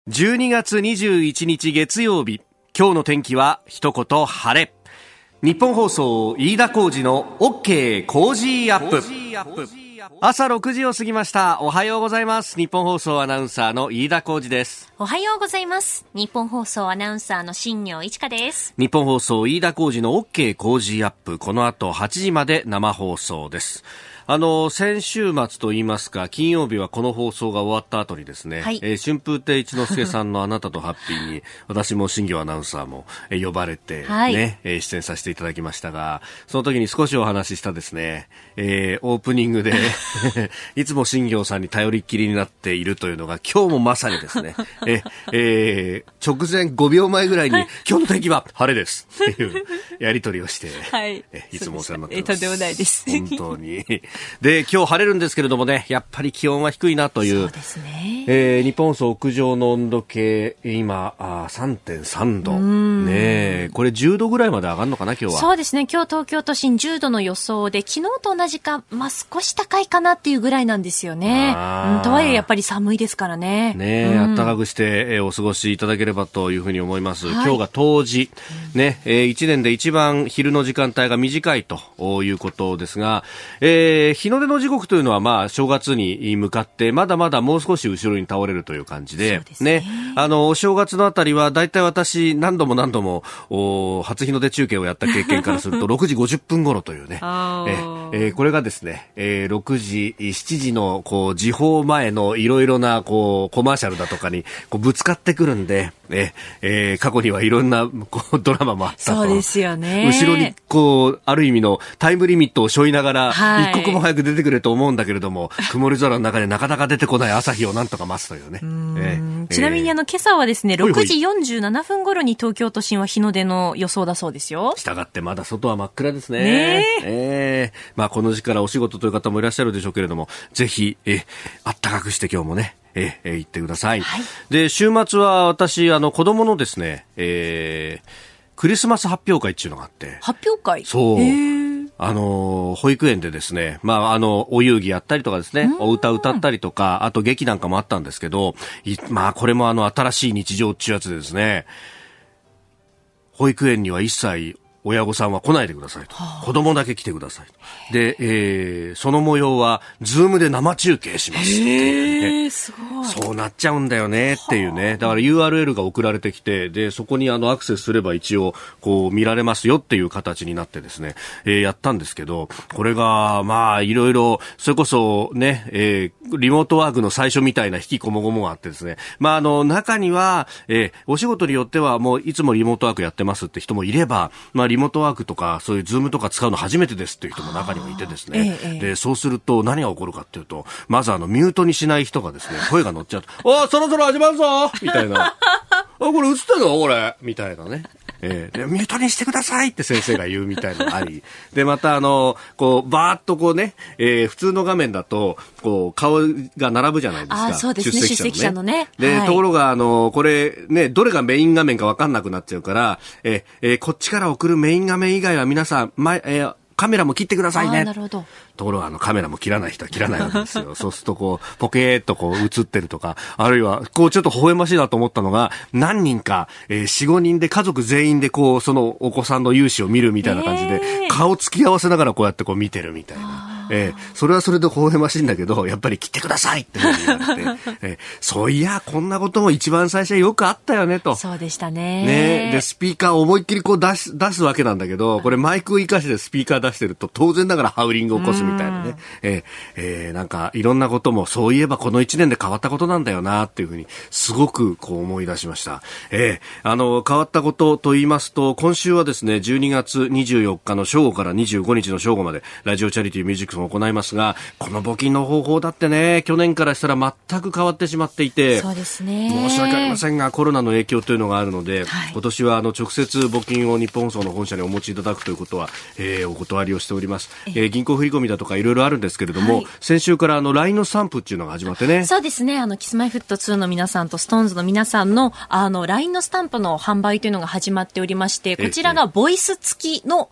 12月21日月曜日、今日の天気は一言晴れ。日本放送飯田浩司の OK コージーアップ。朝6時を過ぎました。おはようございます。日本放送アナウンサーの飯田浩司です。 おはようございます。日本放送アナウンサーの新業一華です。 日本放送飯田浩司の OK コージーアップ、この後8時まで生放送です。先週末といいますか、金曜日はこの放送が終わった後にですね、はい、春風亭一之輔さんのあなたとハッピーに私も新業アナウンサーも呼ばれて、ね、はい、出演させていただきましたが、その時に少しお話ししたですね、オープニングでいつも新業さんに頼りっきりになっているというのが今日もまさにですね、直前5秒前ぐらいに今日の天気は晴れですっていうやり取りをして、はい、いつもお世話になってます。 とんでもないです。 本当に。で、今日晴れるんですけれどもね、やっぱり気温は低いなという。 そうですね。 日本放送屋上の温度計、今、3.3 度。ね、これ10度ぐらいまで上がるのかな、今日は。 そうですね。今日東京都心10度の予想で、昨日と同じか、少し高いかなっていうぐらいなんですよね。とはいえやっぱり寒いですからね。 ね、暖かくして、お過ごしいただければというふうに思います。はい、今日が冬至。ね、1年で一番昼の時間帯が短いということですが、日の出の時刻というのは正月に向かってまだまだもう少し後ろに倒れるという感じで、ね、お正月のあたりはだいたい私何度も初日の出中継をやった経験からすると6時50分頃というね、これがですね、6時7時の時報前のいろいろなコマーシャルだとかにぶつかってくるんで、過去にはいろんなドラマもあったと。 そうですよね。 後ろにある意味のタイムリミットを背負いながら、はい、一刻も早く出てくれと思うんだけれども、曇り空の中でなかなか出てこない朝日をなんとか待つというね。 ちなみに今朝はですね、6時47分頃に東京都心は日の出の予想だそうですよ。 したがってまだ外は真っ暗ですね。この時期からお仕事という方もいらっしゃるでしょうけれども、ぜひ、あったかくして今日もね、行ってください。はい、で、週末は私、子供のですね、クリスマス発表会っていうのがあって。 発表会？ そう。保育園でですね、お遊戯やったりとかですね、お歌歌ったりとか、あと劇なんかもあったんですけど、これも新しい日常っていうやつでですね、保育園には一切親御さんは来ないでくださいと。子供だけ来てくださいと。で、その模様はズームで生中継しますっていうね。 すごい。そうなっちゃうんだよねっていうね。だから URL が送られてきて、で、そこにアクセスすれば一応見られますよっていう形になってですね、やったんですけど、これがいろいろ、それこそね、リモートワークの最初みたいな引きこもごもがあってですね、中には、お仕事によってはもういつもリモートワークやってますって人もいれば、リモートワークとかそういうズームとか使うの初めてですっていう人も中にはいてですね、でそうすると何が起こるかっていうと、まずミュートにしない人がですね、声が乗っちゃうとそろそろ始まるぞみたいなこれ映ってんのこれみたいなね、でミュートにしてくださいって先生が言うみたいなのがありでまたバーッと普通の画面だと顔が並ぶじゃないですか。 そうですね、出席者のね。 で、はい、ところがこれね、どれがメイン画面か分かんなくなっちゃうから、こっちから送るメイン画面以外は皆さんカメラも切ってくださいね。 なるほど。 ところがカメラも切らない人は切らないわけですよ。そうするとポケーっと映ってるとか、あるいはちょっと微笑ましいなと思ったのが、何人か、4、5人で家族全員でそのお子さんの雄姿を見るみたいな感じで、顔つき合わせながらこうやって見てるみたいな。それはそれで微笑ましいんだけど、やっぱり切ってくださいって言われて、そういや、こんなことも一番最初はよくあったよねと。 そうでしたね。 で、スピーカーを思いっきり出すわけなんだけど、これマイクを生かしてスピーカー出してると当然ながらハウリングを起こすみたいなね。なんかいろんなこともそういえばこの1年で変わったことなんだよなっていうふうにすごく思い出しました。変わったことと言いますと、今週はですね、12月24日の正午から25日の正午までラジオチャリティーミュージックソンを行いますが、この募金の方法だってね、去年からしたら全く変わってしまっていて、 そうですね、 申し訳ありませんがコロナの影響というのがあるので、今年は直接募金を日本放送の本社にお持ちいただくということは、お断りをしております。銀行振り込みだとかいろいろあるんですけれども、先週からLINE のスタンプっていうのが始まってね。 そうですね、Kｉｓ-My-Ｆｔ2 の皆さんと SixTONES の皆さんのLINE のスタンプの販売というのが始まっておりまして、こちらがボイス付きの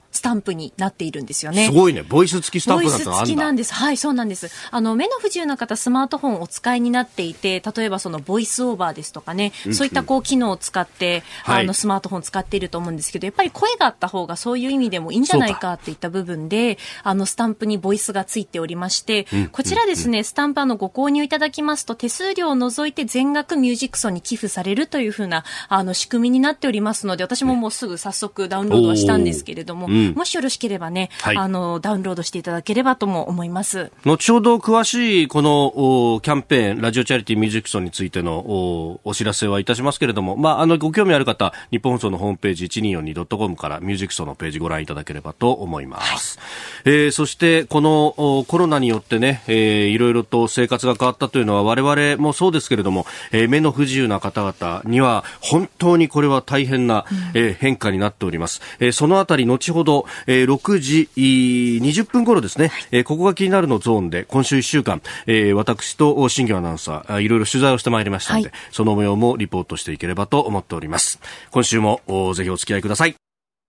スタンプになっているんですよね。 すごいね。ボイス付きスタンプだったのあんだ。 ボイス付きなんです。はい、そうなんです。目の不自由な方、スマートフォンをお使いになっていて、例えばそのボイスオーバーですとかね、そういった機能を使って、スマートフォンを使っていると思うんですけど、やっぱり声があった方がそういう意味でもいいんじゃないかっていった部分で、スタンプにボイスがついておりまして、こちらですね、スタンプご購入いただきますと、手数料を除いて全額ミュージックソンに寄付されるというふうな、仕組みになっておりますので、私ももうすぐ早速ダウンロードはしたんですけれども、もしよろしければね、ダウンロードしていただければとも思います。 後ほど詳しいこのキャンペーン、ラジオチャリティーミュージックソンについてのお知らせはいたしますけれども、ご興味ある方、日本放送のホームページ 1242.com からミュージックソンのページご覧いただければと思います。そしてこのコロナによってね、いろいろと生活が変わったというのは我々もそうですけれども、目の不自由な方々には本当にこれは大変な、変化になっております。そのあたり後ほど、6時20分頃ですね、ここが気になるのゾーンで今週1週間、私と新業アナウンサーいろいろ取材をしてまいりましたので、その模様もリポートしていければと思っております。今週もぜひお付き合いください。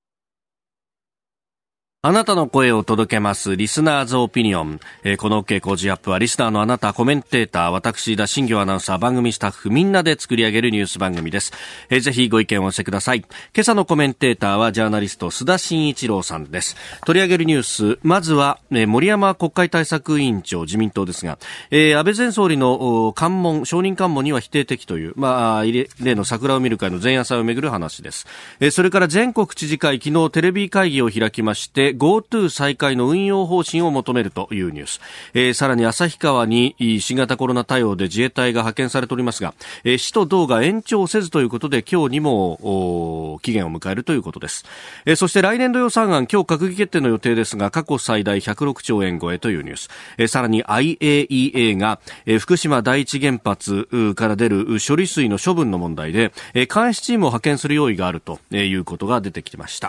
あなたの声を届けますリスナーズオピニオン、この OK 工事アップはリスナーのあなた、コメンテーター、私田新業アナウンサー、番組スタッフみんなで作り上げるニュース番組です。ぜひご意見をお寄せください。今朝のコメンテーターはジャーナリスト須田慎一郎さんです。取り上げるニュース、まずは、森山国会対策委員長、自民党ですが、安倍前総理の関門、承認喚問には否定的という、例の桜を見る会の前夜祭をめぐる話です。それから全国知事会、昨日テレビ会議を開きまして、GoTo 再開の運用方針を求めるというニュース、さらに旭川に新型コロナ対応で自衛隊が派遣されておりますが、市と道が延長せずということで今日にも期限を迎えるということです。そして来年度予算案、今日閣議決定の予定ですが、過去最大106兆円超えというニュース、さらに IAEA が、福島第一原発から出る処理水の処分の問題で、監視チームを派遣する用意があるということが出てきました。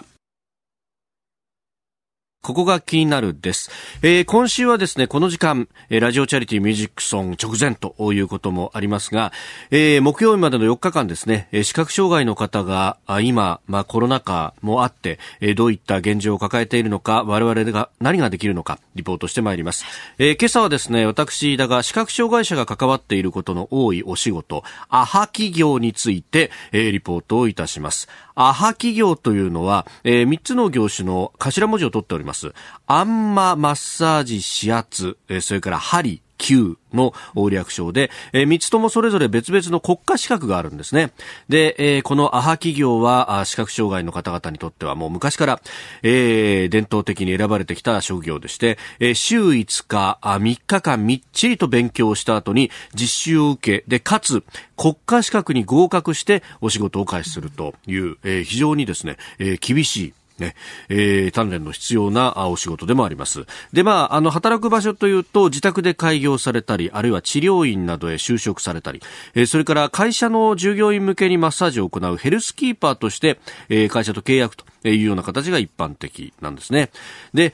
ここが気になるです。今週はですね、この時間、ラジオチャリティーミュージックソン直前ということもありますが、木曜日までの4日間ですね、視覚障害の方が今、コロナ禍もあって、どういった現状を抱えているのか、我々が何ができるのか、リポートしてまいります。今朝はですね、私だが視覚障害者が関わっていることの多いお仕事、アハ企業について、リポートをいたします。アハ企業というのは、3つの業種の頭文字を取っております。アンマ、マッサージ、指圧、それから針、Q の略称で、3つともそれぞれ別々の国家資格があるんですね。で、このアハ企業は視覚障害の方々にとってはもう昔から、伝統的に選ばれてきた職業でして、週5日、3日間みっちりと勉強した後に実習を受け、で、かつ国家資格に合格してお仕事を開始するという、非常にですね、厳しい鍛錬の必要なお仕事でもあります。で、働く場所というと、自宅で開業されたり、あるいは治療院などへ就職されたり、それから会社の従業員向けにマッサージを行うヘルスキーパーとして、会社と契約というような形が一般的なんですね。で、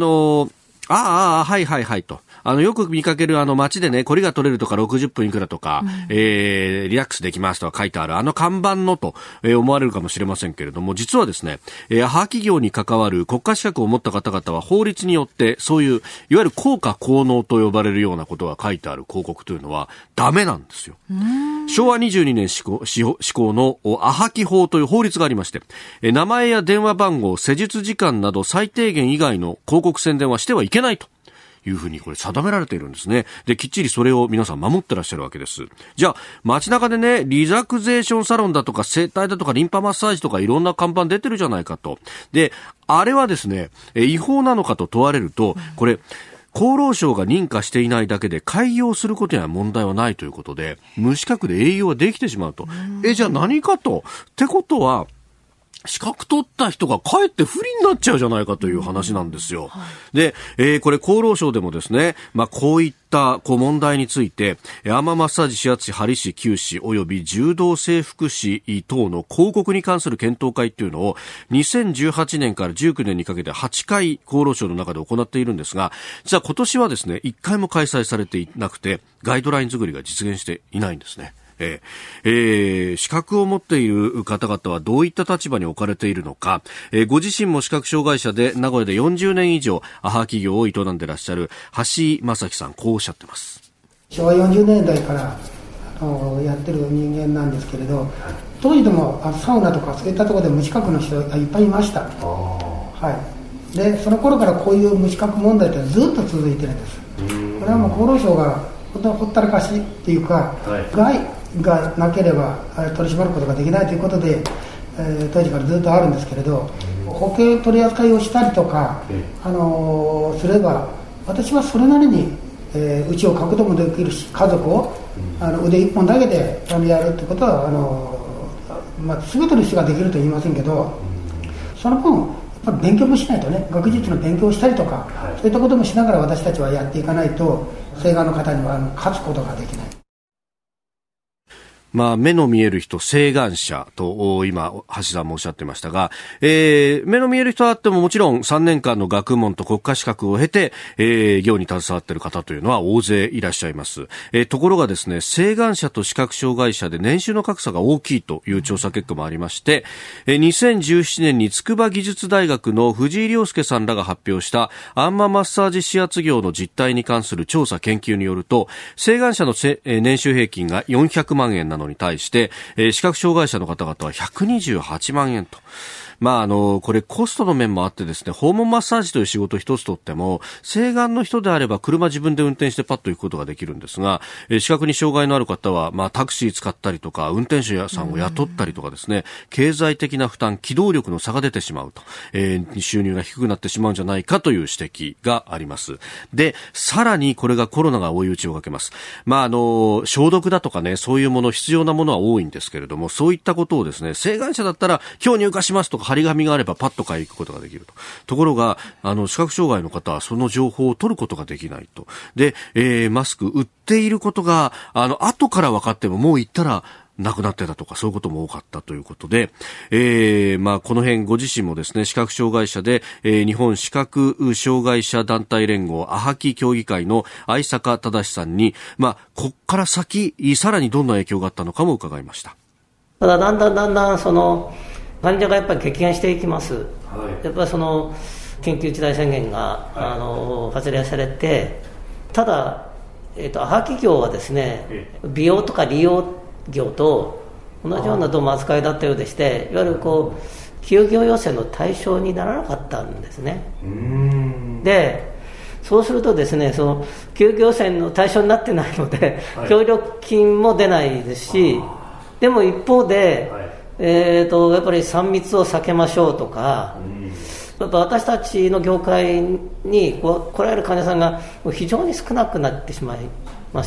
はいはいはいと。よく見かける街でね、こりが取れるとか60分いくらとか、リラックスできますとか書いてある看板のと、思われるかもしれませんけれども、実はですね、アハ企業に関わる国家資格を持った方々は法律によってそういう、いわゆる効果効能と呼ばれるようなことが書いてある広告というのはダメなんですよ。昭和22年施行のアハ企法という法律がありまして、名前や電話番号、施術時間など最低限以外の広告宣伝はしてはいけないというふうにこれ定められているんですね。で、きっちりそれを皆さん守ってらっしゃるわけです。じゃあ、街中でね、リラクゼーションサロンだとか整体だとかリンパマッサージとかいろんな看板出てるじゃないかと。で、あれはですね、違法なのかと問われると、これ、厚労省が認可していないだけで開業することには問題はないということで、無資格で営業はできてしまうと。じゃあ何かと。ってことは、資格取った人がかえって不利になっちゃうじゃないかという話なんですよ。で、これ厚労省でもですね、こういった問題について、アーマーマッサージ、指圧師、針師、灸師及び柔道整復師等の広告に関する検討会っていうのを2018年から19年にかけて8回厚労省の中で行っているんですが、実は今年はですね、1回も開催されていなくて、ガイドライン作りが実現していないんですね。 資格を持っている方々はどういった立場に置かれているのか、ご自身も視覚障害者で名古屋で40年以上アハ企業を営んでいらっしゃる橋井正樹さん、こうおっしゃってます。 昭和40年代からやってる人間なんですけれど、当時でもサウナとかそういったところで無資格の人がいっぱいいました。でその頃からこういう無資格問題ってずっと続いてるんです。これはもう厚労省がほったらかしっていうか、害がなければ取り締まることができないということで、当時からずっとあるんですけれど、保険取り扱いをしたりとか、すれば私はそれなりに、うちを書くこともできるし、家族を腕一本だけでやるってことは全ての人ができるとは言いませんけど、その分やっぱ勉強もしないとね、学術の勉強をしたりとか、そういったこともしながら私たちはやっていかないと請願の方には勝つことができない。 目の見える人、請願者と今橋さんもおっしゃってましたが、目の見える人はあってももちろん3年間の学問と国家資格を経て、業に携わっている方というのは大勢いらっしゃいます。ところがですね、請願者と視覚障害者で年収の格差が大きいという調査結果もありまして、2017年に筑波技術大学の藤井亮介さんらが発表したアンママッサージ指圧業の実態に関する調査研究によると、請願者の年収平均が400万円なのに対して、視覚障害者の方々は128万円と。これコストの面もあってですね、訪問マッサージという仕事一つとっても、請願の人であれば車自分で運転してパッと行くことができるんですが、視覚に障害のある方は、タクシー使ったりとか、運転手さんを雇ったりとかですね、経済的な負担、機動力の差が出てしまうと、収入が低くなってしまうんじゃないかという指摘があります。で、さらにこれがコロナが追い打ちをかけます。消毒だとかね、そういうもの、必要なものは多いんですけれども、そういったことをですね、請願者だったら今日入荷しますとか張り紙があればパッと買い行くことができると。ところが視覚障害の方はその情報を取ることができないと。で、マスク売っていることが後から分かってももう行ったらなくなってたとか、そういうことも多かったということで、この辺ご自身もですね、視覚障害者で、日本視覚障害者団体連合アハキ協議会の相坂忠さんに、こっから先さらにどんな影響があったのかも伺いました。 ただだんだんその患者がやっぱり激減していきます。やっぱりその緊急事態宣言が、発令されて、ただ、アハ企業はですね、美容とか利用業と同じようなどうも扱いだったようでして、いわゆる休業要請の対象にならなかったんですね。で、そうするとですね、その休業要請の対象になってないので、協力金も出ないですし、でも一方で、やっぱり3密を避けましょうとか、やっぱ私たちの業界に来られる患者さんが非常に少なくなってしまいました。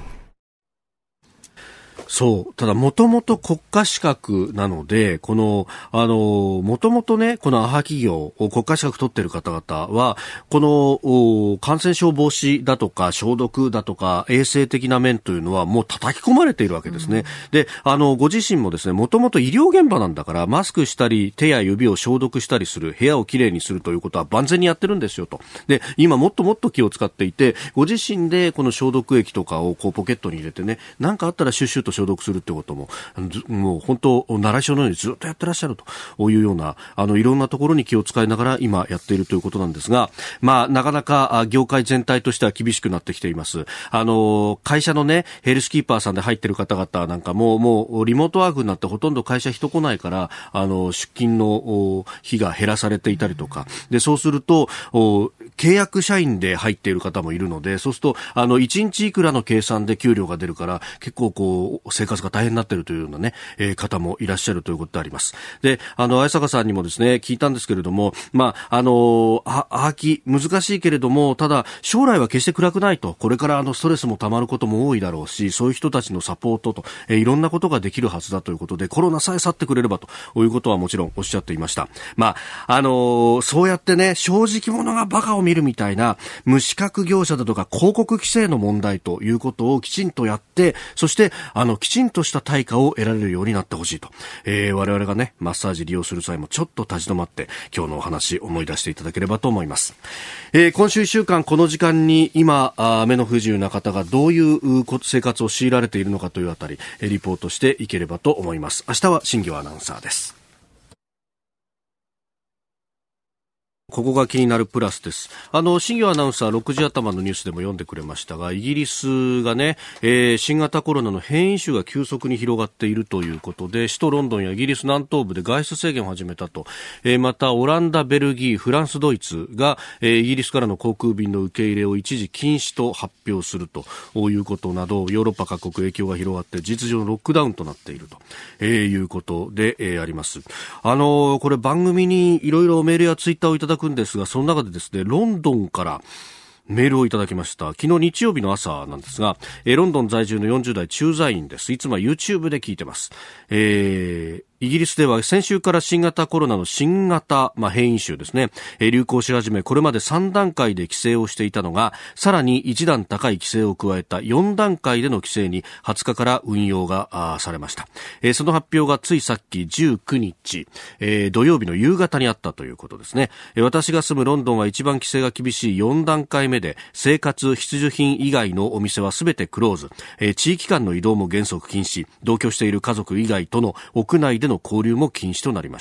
そう。ただ、もともと国家資格なので、もともとね、このアハ企業、国家資格取ってる方々は、この、感染症防止だとか、消毒だとか、衛生的な面というのはもう叩き込まれているわけですね。で、ご自身もですね、もともと医療現場なんだから、マスクしたり、手や指を消毒したりする、部屋をきれいにするということは万全にやってるんですよと。で、今もっともっと気を使っていて、ご自身でこの消毒液とかをポケットに入れてね、なんかあったらシュッシュッと消毒するってことも、もう本当習い性のようにずっとやってらっしゃるというような、いろんなところに気を使いながら今やっているということなんですが、なかなか業界全体としては厳しくなってきています。会社のね、ヘルスキーパーさんで入ってる方々なんかもうリモートワークになってほとんど会社人来ないから、出勤の日が減らされていたりとか、で、そうすると、契約社員で入っている方もいるので、そうすると、1日いくらの計算で給料が出るから、結構生活が大変になっているというようなね、方もいらっしゃるということであります。で、相坂さんにもですね、聞いたんですけれども、アハキ難しいけれども、ただ将来は決して暗くないと、これからストレスも溜まることも多いだろうし、そういう人たちのサポートと、いろんなことができるはずだということで、コロナさえ去ってくれればということはもちろんおっしゃっていました。そうやってね、正直者がバカを見るみたいな無資格業者だとか広告規制の問題ということをきちんとやって、そしてきちんとした対価を得られるようになってほしいと、我々がねマッサージ利用する際もちょっと立ち止まって今日のお話思い出していただければと思います。今週1週間この時間に今目の不自由な方がどういう生活を強いられているのかというあたりリポートしていければと思います。明日は新業アナウンサーです。ここが気になるプラスです。新業アナウンサー6時頭のニュースでも読んでくれましたが、イギリスがね、新型コロナの変異種が急速に広がっているということで、首都ロンドンやイギリス南東部で外出制限を始めたと。またオランダ、ベルギー、フランス、ドイツが、イギリスからの航空便の受け入れを一時禁止と発表するということなど、ヨーロッパ各国影響が広がって事実上のロックダウンとなっていると、いうことで、あります。これ番組にいろいろメールやツイッターをいただくんですが、その中でですね、ロンドンからメールをいただきました。昨日日曜日の朝なんですが、ロンドン在住の40代駐在員です。いつもは YouTube で聞いてます。イギリスでは先週から新型コロナの新型、変異種ですね、流行し始め、これまで3段階で規制をしていたのが、さらに1段高い規制を加えた4段階での規制に20日から運用がされました。その発表がついさっき19日、土曜日の夕方にあったということですね。私が住むロンドンは一番規制が厳しい4段階目で、生活必需品以外のお店はすべてクローズ、地域間の移動も原則禁止、同居している家族以外との屋内での交流も禁止となりました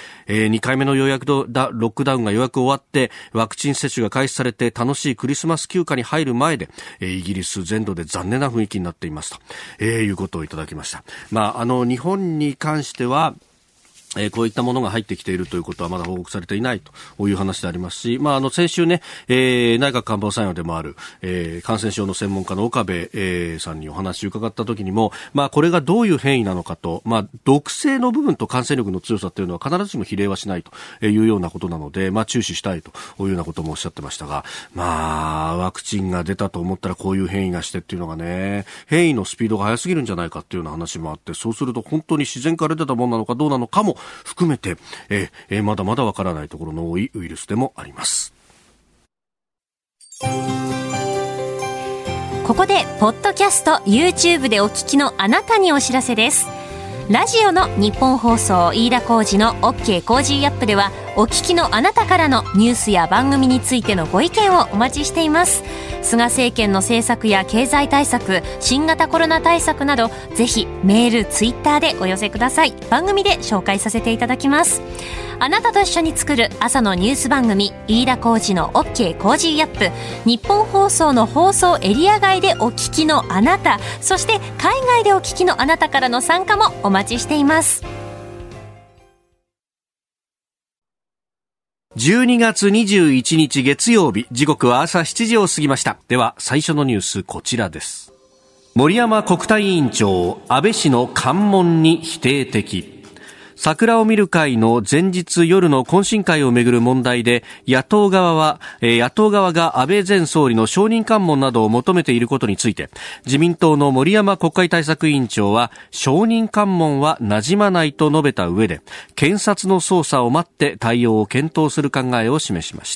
。2回目のロックダウンがようやく終わってワクチン接種が開始されて楽しいクリスマス休暇に入る前で、イギリス全土で残念な雰囲気になっていますと、いうことをいただきました。日本に関してはこういったものが入ってきているということはまだ報告されていないという話でありますし、先週ね、内閣官房参与でもある、感染症の専門家の岡部、さんにお話を伺った時にも、これがどういう変異なのかと、毒性の部分と感染力の強さというのは必ずしも比例はしないというようなことなので、注視したいというようなこともおっしゃってましたが、ワクチンが出たと思ったらこういう変異がしてっていうのがね、変異のスピードが速すぎるんじゃないかっていうような話もあって、そうすると本当に自然から出たものなのかどうなのかも含めて、まだまだわからないところの多いウイルスでもあります。 ここでポッドキャスト YouTube でお聞きのあなたにお知らせです。ラジオの日本放送飯田浩司の OK コージーアップでは、お聞きのあなたからのニュースや番組についてのご意見をお待ちしています。菅政権の政策や経済対策、新型コロナ対策など、ぜひメール、ツイッターでお寄せください。番組で紹介させていただきます。あなたと一緒に作る朝のニュース番組、飯田浩司の OK コージーアップ。日本放送の放送エリア外でお聞きのあなた、そして海外でお聞きのあなたからの参加もお待ちしています。 12月21日月曜日、時刻は朝7時を過ぎました。では最初のニュース、こちらです。森山国対委員長、安倍氏の関門に否定的。桜を見る会の前日夜の懇親会をめぐる問題で、野党側が安倍前総理の証人喚問などを求めていることについて、自民党の森山国会対策委員長は、証人喚問は馴染まないと述べた上で、検察の捜査を待って対応を検討する考えを示しました。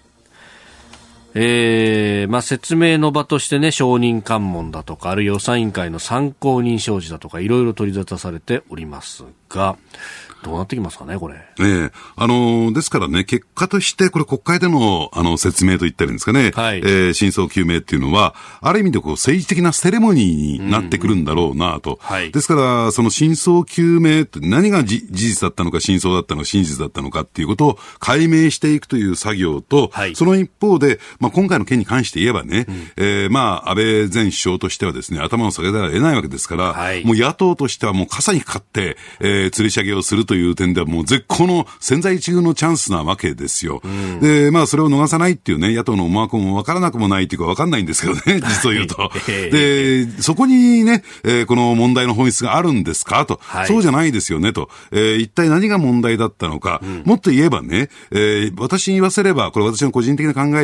説明の場としてね、証人喚問だとか、あるいは予算委員会の参考人証示だとか、いろいろ取り沙汰されておりますが、どうなってきますかね、これ。 ですからね、結果として、これ国会での、説明と言ったらいいんですかね。 はい。 真相究明っていうのは、ある意味で政治的なセレモニーになってくるんだろうなと。 はい。 ですから、その真相究明って何が事実だったのか、真相だったのか、真実だったのかっていうことを解明していくという作業と、はい。その一方で、今回の件に関して言えばね、安倍前首相としてはですね、頭を下げざるを得ないわけですから、はい。もう野党としてはもう傘にかかって、吊り下げをするという点ではもう絶好の千載一遇のチャンスなわけですよ。で、それを逃さないっていうね、野党の思惑も分からなくもないというか分かんないんですけどね、実を言うと。で、そこにね、この問題の本質があるんですかと、はい、そうじゃないですよねと、一体何が問題だったのか、もっと言えばね、私に言わせれば、これ私の個人的な考えですけども、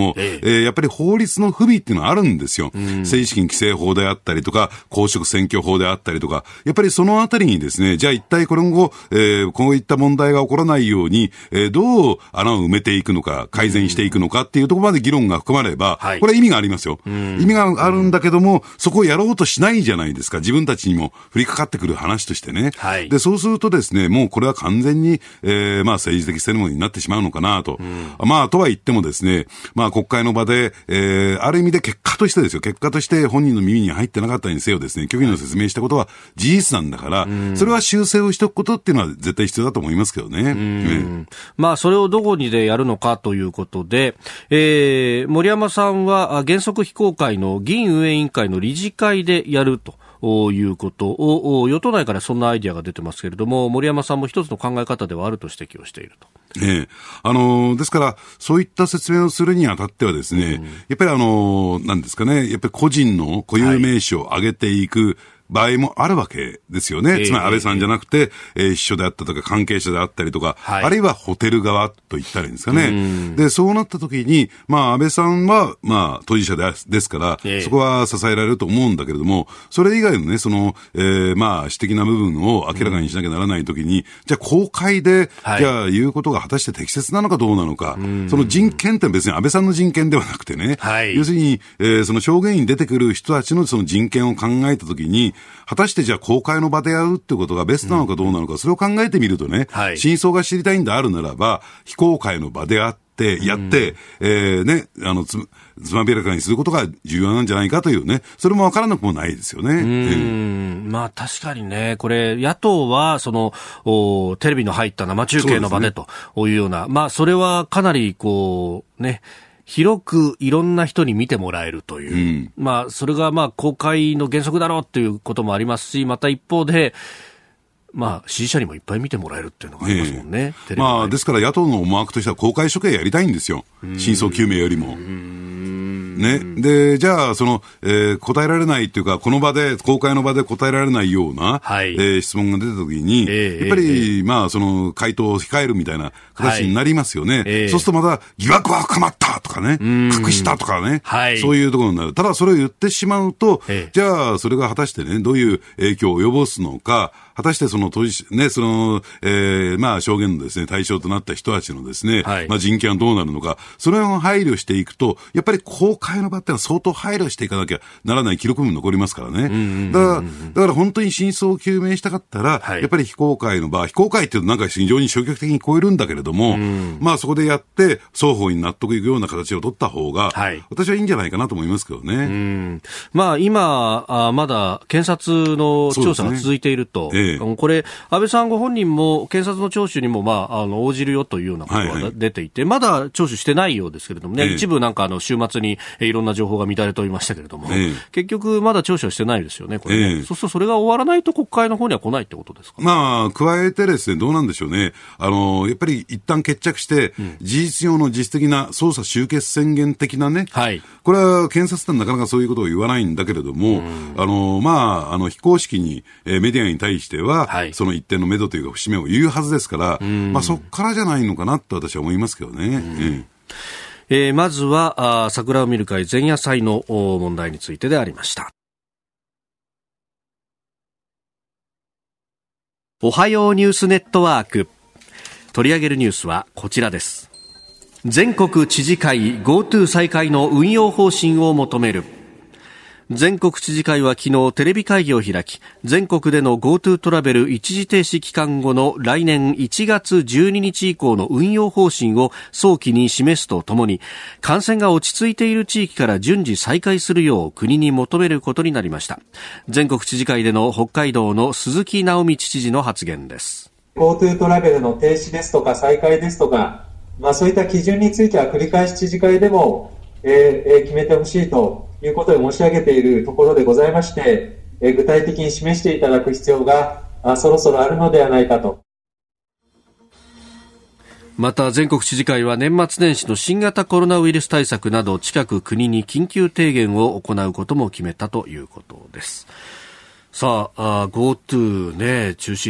も、やっぱり法律の不備っていうのはあるんですよ。政治資金規正法であったりとか、公職選挙法であったりとか、やっぱりそのあたりにですね、じゃあ一体これ後、こういった問題が起こらないように、どう穴を埋めていくのか、改善していくのかっていうところまで議論が含まれば、これは意味がありますよ。意味があるんだけども、そこをやろうとしないじゃないですか。自分たちにも降りかかってくる話としてね。で、そうするとですね、もうこれは完全に、政治的セレモニーになってしまうのかなと。とは言ってもですね、国会の場で、ある意味で結果としてですよ。結果として本人の耳に入ってなかったにせよですね、虚偽の説明したことは事実なんだから、それは修正をしておくことっていうのは絶対必要だと思いますけどね。 それをどこにでやるのかということで、森山さんは原則非公開の議院運営委員会の理事会でやるということを、与党内からそんなアイデアが出てますけれども、森山さんも一つの考え方ではあると指摘をしていると。 ですから、そういった説明をするにあたってはですね、やっぱりなんですかね、やっぱり個人の固有名詞を挙げていく、場合もあるわけですよね。つまり安倍さんじゃなくて、秘書であったとか関係者であったりとか、あるいはホテル側と言ったらいいんですかね。で、そうなった時に、安倍さんは、当事者ですから、そこは支えられると思うんだけれども、それ以外のね、私的な部分を明らかにしなきゃならない時に、じゃあ公開で、じゃあ言うことが果たして適切なのかどうなのか、その人権って別に安倍さんの人権ではなくてね、要するに、その証言に出てくる人たちのその人権を考えた時に、果たしてじゃあ公開の場でやるってことがベストなのかどうなのか、それを考えてみるとね、真相が知りたいんであるならば、非公開の場であって、やって、つまびらかにすることが重要なんじゃないかというね、それもわからなくもないですよね。 確かにね、これ、野党は、テレビの入った生中継の場でというような、それはかなり、広くいろんな人に見てもらえるという、それが公開の原則だろうということもありますし、また一方で、支持者にもいっぱい見てもらえるっていうのがありますもんね。 ですから野党の思惑としては公開処刑やりたいんですよ。真相究明よりも。で、じゃあ、答えられないっていうか、公開の場で答えられないような、質問が出たときに、やっぱり、回答を控えるみたいな形になりますよね。そうするとまた、疑惑は深まったとかね、隠したとかね、そういうところになる。ただ、それを言ってしまうと、じゃあ、それが果たしてね、どういう影響を及ぼすのか、果たして証言のですね、対象となった人たちのですね、人権はどうなるのか、それを配慮していくと、やっぱり公開の場ってのは相当配慮していかなきゃならない記録も残りますからね。だから本当に真相を究明したかったら、やっぱり非公開の場、非公開っていうとなんか非常に消極的に超えるんだけれども、そこでやって、双方に納得いくような形を取った方が、私はいいんじゃないかなと思いますけどね。 今、まだ検察の調査が続いていると、これ、安倍さんご本人も検察の聴取にも、応じるよというようなことが出ていて、まだ聴取してないようですけれどもね、一部週末にいろんな情報が乱れておりましたけれども、結局まだ聴取はしてないですよね、これね。そうするとそれが終わらないと国会の方には来ないってことですか。 加えてですね、どうなんでしょうね。やっぱり一旦決着して、事実上の実質的な捜査終結宣言的なね、これは検察ってなかなかそういうことを言わないんだけれども、非公式にメディアに対しては、その一定の目処というか節目を言うはずですから、そこからじゃないのかなと私は思いますけどね。 まずは桜を見る会前夜祭の問題についてでありました。おはようニュースネットワーク、取り上げるニュースはこちらです。全国知事会 GoTo 再開の運用方針を求める。全国知事会は昨日テレビ会議を開き、全国での GoTo トラベル一時停止期間後の来年1月12日以降の運用方針を早期に示すとともに、感染が落ち着いている地域から順次再開するよう国に求めることになりました。全国知事会での北海道の鈴木直道知事の発言です。 GoTo トラベルの停止ですとか再開ですとか、そういった基準については繰り返し知事会でも、決めてほしいということを申し上げているところでございまして、具体的に示していただく必要がそろそろあるのではないかと。 また全国知事会は年末年始の新型コロナウイルス対策など近く国に緊急提言を行うことも決めたということです。さあ、GoTo ね、中止になっ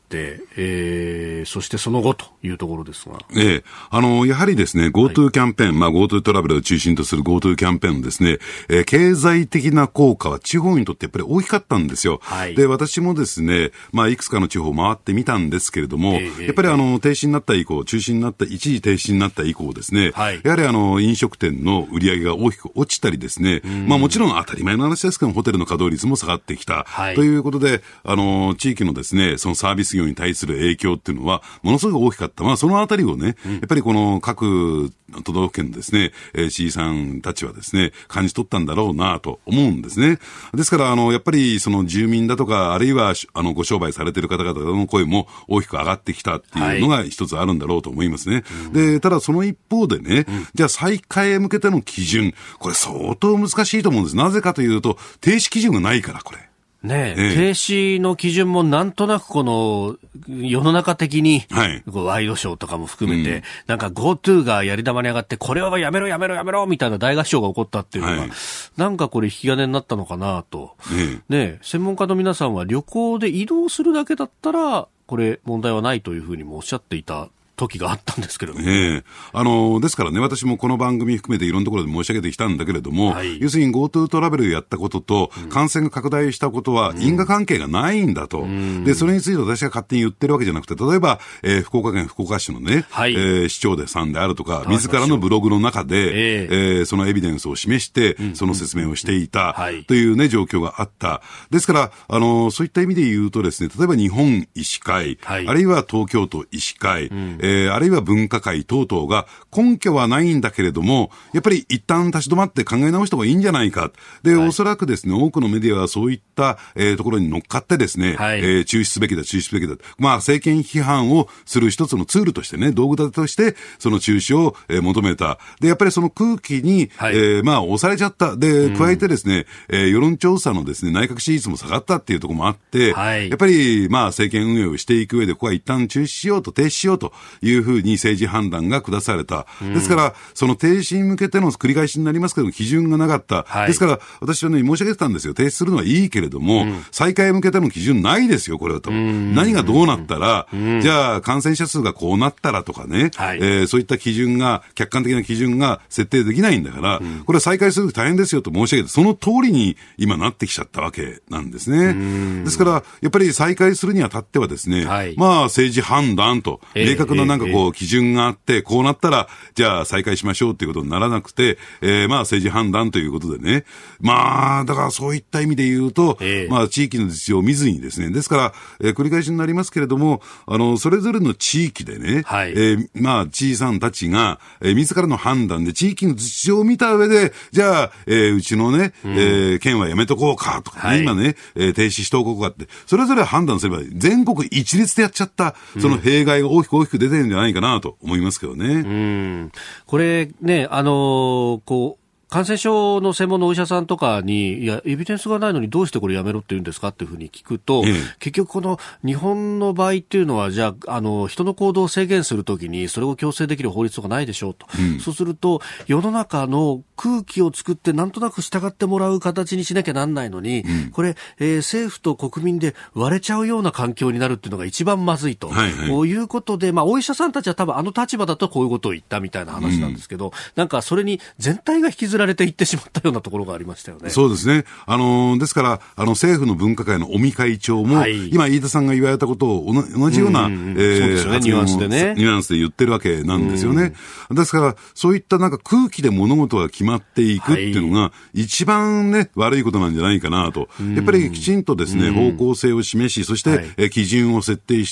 て、そしてその後というところですが。 やはりですね、GoTo キャンペーン、GoTo トラベルを中心とする GoTo キャンペーンのですね、経済的な効果は地方にとってやっぱり大きかったんですよ。で、私もですね、いくつかの地方を回ってみたんですけれども、やっぱり停止になった以降、中止になった、一時停止になった以降ですね、やはり飲食店の売り上げが大きく落ちたりですね、もちろん当たり前の話ですけど、ホテルの稼働率も下がってきた。ということで、地域のですね、そのサービス業に対する影響っていうのは、ものすごく大きかった。そのあたりをね、やっぱりこの各都道府県のですね、知事さんたちはですね、感じ取ったんだろうなと思うんですね。ですから、やっぱりその住民だとか、あるいは、ご商売されている方々の声も大きく上がってきたっていうのが一つあるんだろうと思いますね。で、ただその一方でね、じゃあ再開へ向けての基準、これ相当難しいと思うんです。なぜかというと、停止基準がないから、これ。 停止の基準もなんとなくこの世の中的に、ワイドショーとかも含めて、なんか GoTo がやり玉に上がって、これはやめろやめろやめろみたいな大合唱が起こったっていうのが、なんかこれ引き金になったのかなと。専門家の皆さんは旅行で移動するだけだったら、これ問題はないというふうにもおっしゃっていた時があったんですけれども、 ですからね、私もこの番組含めていろんなところで申し上げてきたんだけれども、要するに GoTo トラベルをやったことと、感染が拡大したことは因果関係がないんだと。で、それについて私が勝手に言ってるわけじゃなくて、例えば、福岡県福岡市のね、市長さんであるとか、自らのブログの中で、そのエビデンスを示して、その説明をしていたというね、状況があった。ですから、そういった意味で言うとですね、例えば日本医師会、あるいは東京都医師会、あるいは分科会等々が根拠はないんだけれども、やっぱり一旦立ち止まって考え直した方がいいんじゃないか。で、おそらくですね、多くのメディアはそういった、ところに乗っかってですね、中止すべきだ、中止すべきだ。政権批判をする一つのツールとしてね、道具立てとして、その中止を、求めた。で、やっぱりその空気に、押されちゃった。で、加えてですね、世論調査のですね、内閣支持率も下がったっていうところもあって、やっぱり、政権運営をしていく上で、ここは一旦中止しようと、停止しようというふうに政治判断が下された。ですから、その停止に向けての繰り返しになりますけども、基準がなかった。ですから、私はね、申し上げてたんですよ。停止するのはいいけれども、再開へ向けての基準ないですよ、これはと。何がどうなったら、じゃあ、感染者数がこうなったらとかね、そういった基準が、客観的な基準が設定できないんだから、これは再開すると大変ですよと申し上げて、その通りに今なってきちゃったわけなんですね。ですから、やっぱり再開するにあたってはですね、政治判断と、明確ななんかこう、基準があって、こうなったら、じゃあ再開しましょうっていうことにならなくて、政治判断ということでね。だからそういった意味で言うと、地域の実情を見ずにですね。ですから、繰り返しになりますけれども、それぞれの地域でね、知事さんたちが、自らの判断で地域の実情を見た上で、じゃあ、うちのね、県はやめとこうかとかね、今ね、停止しとこうかって、それぞれ判断すれば、全国一律でやっちゃった、その弊害が大きく出てるんじゃないかなと思いますけどね。 これね、感染症の専門のお医者さんとかに、いや、エビデンスがないのにどうしてこれやめろって言うんですかっていうふうに聞くと、結局この日本の場合っていうのは、じゃあ、人の行動を制限するときに、それを強制できる法律とかないでしょうと。そうすると、世の中の空気を作ってなんとなく従ってもらう形にしなきゃなんないのに、これ、政府と国民で割れちゃうような環境になるっていうのが一番まずいと。こういうことで、お医者さんたちは多分立場だとこういうことを言ったみたいな話なんですけど、なんかそれに全体が引きずられていってしまったようなところがありましたよね。 そうですね。ですから、政府の分科会の尾身会長も、今、飯田さんが言われたことを同じような、 そうですよね、ニュアンスでね。 ニュアンスで言ってるわけなんですよね。ですから、そういったなんか空気で物事が決まっていくっていうのが、一番ね、悪いことなんじゃないかなと。やっぱりきちんとですね、方向性を示し、そして、基準を設定して、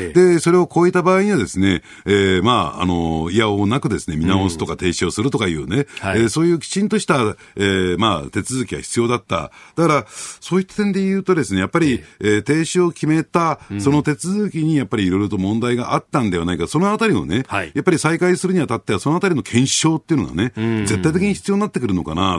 で、それを超えた場合にはですね、いやおうなくですね、見直すとか停止をするとかいうね、そういうきちんとした手続きが必要だった。だから、そういった点で言うとですね、やっぱり、停止を決めた、その手続きにやっぱりいろいろと問題があったんではないか。そのあたりをね、やっぱり再開するにあたっては、そのあたりの検証っていうのがね、絶対的に必要になってくるのかなと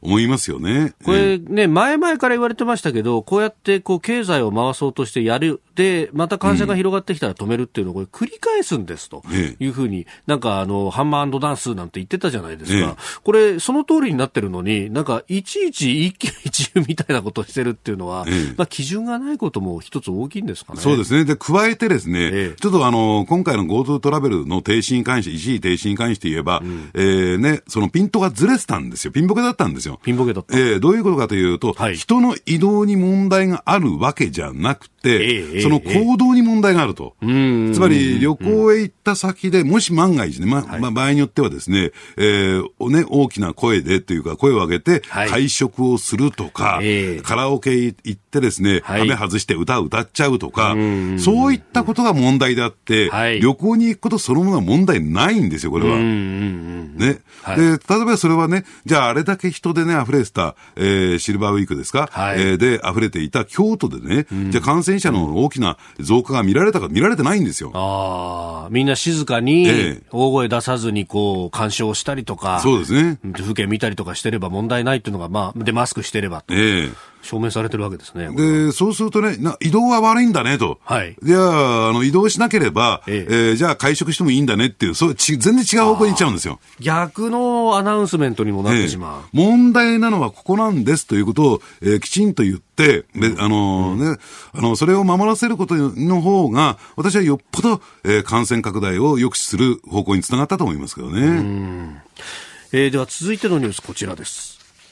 思いますよね。 これね、前々から言われてましたけど、こうやってこう経済を回そうとしてやる。で、また感染が広がってきたら止めるっていうのをこれ繰り返すんですというふうに、なんかハンマー&ダンスなんて言ってたじゃないですか。これ、その通りになってるのに、なんかいちいち一喜一憂みたいなことをしてるっていうのは、まあ基準がないことも一つ大きいんですかね。 そうですね。で、加えてですね、ちょっと今回の GoTo トラベルの停止に関して、一時停止に関して言えば、ね、そのピントがずれてたんですよ。ピンボケだったんですよ。 ピンボケだった。 どういうことかというと、人の移動に問題があるわけじゃなくて、その行動に問題があると。つまり、旅行へ行った先で、もし万が一ね、場合によってはですね、大きな声でというか、声を上げて、会食をするとか、カラオケ行ってですね、羽目外して歌を歌っちゃうとか、そういったことが問題であって、旅行に行くことそのものは問題ないんですよ、これは。ね。で、例えばそれはね、じゃああれだけ人でね、溢れてた、シルバーウィークですか、で、溢れていた京都でね、じゃあ感染者の大きな増加が見られたか見られてないんですよ。 みんな静かに、大声出さずにこう、干渉したりとか、 そうですね。 風景見たりとかしてれば問題ないっていうのが、まあ、で、マスクしてればと。証明されてるわけですね。 で、そうするとね、移動は悪いんだねと。じゃあ、移動しなければ、じゃあ会食してもいいんだねっていう、全然違う方向に行っちゃうんですよ。 逆のアナウンスメントにもなってしまう。 問題なのはここなんですということを、きちんと言って、それを守らせることの方が、私はよっぽど、感染拡大を抑止する方向につながったと思いますけどね。 では続いてのニュース、こちらです。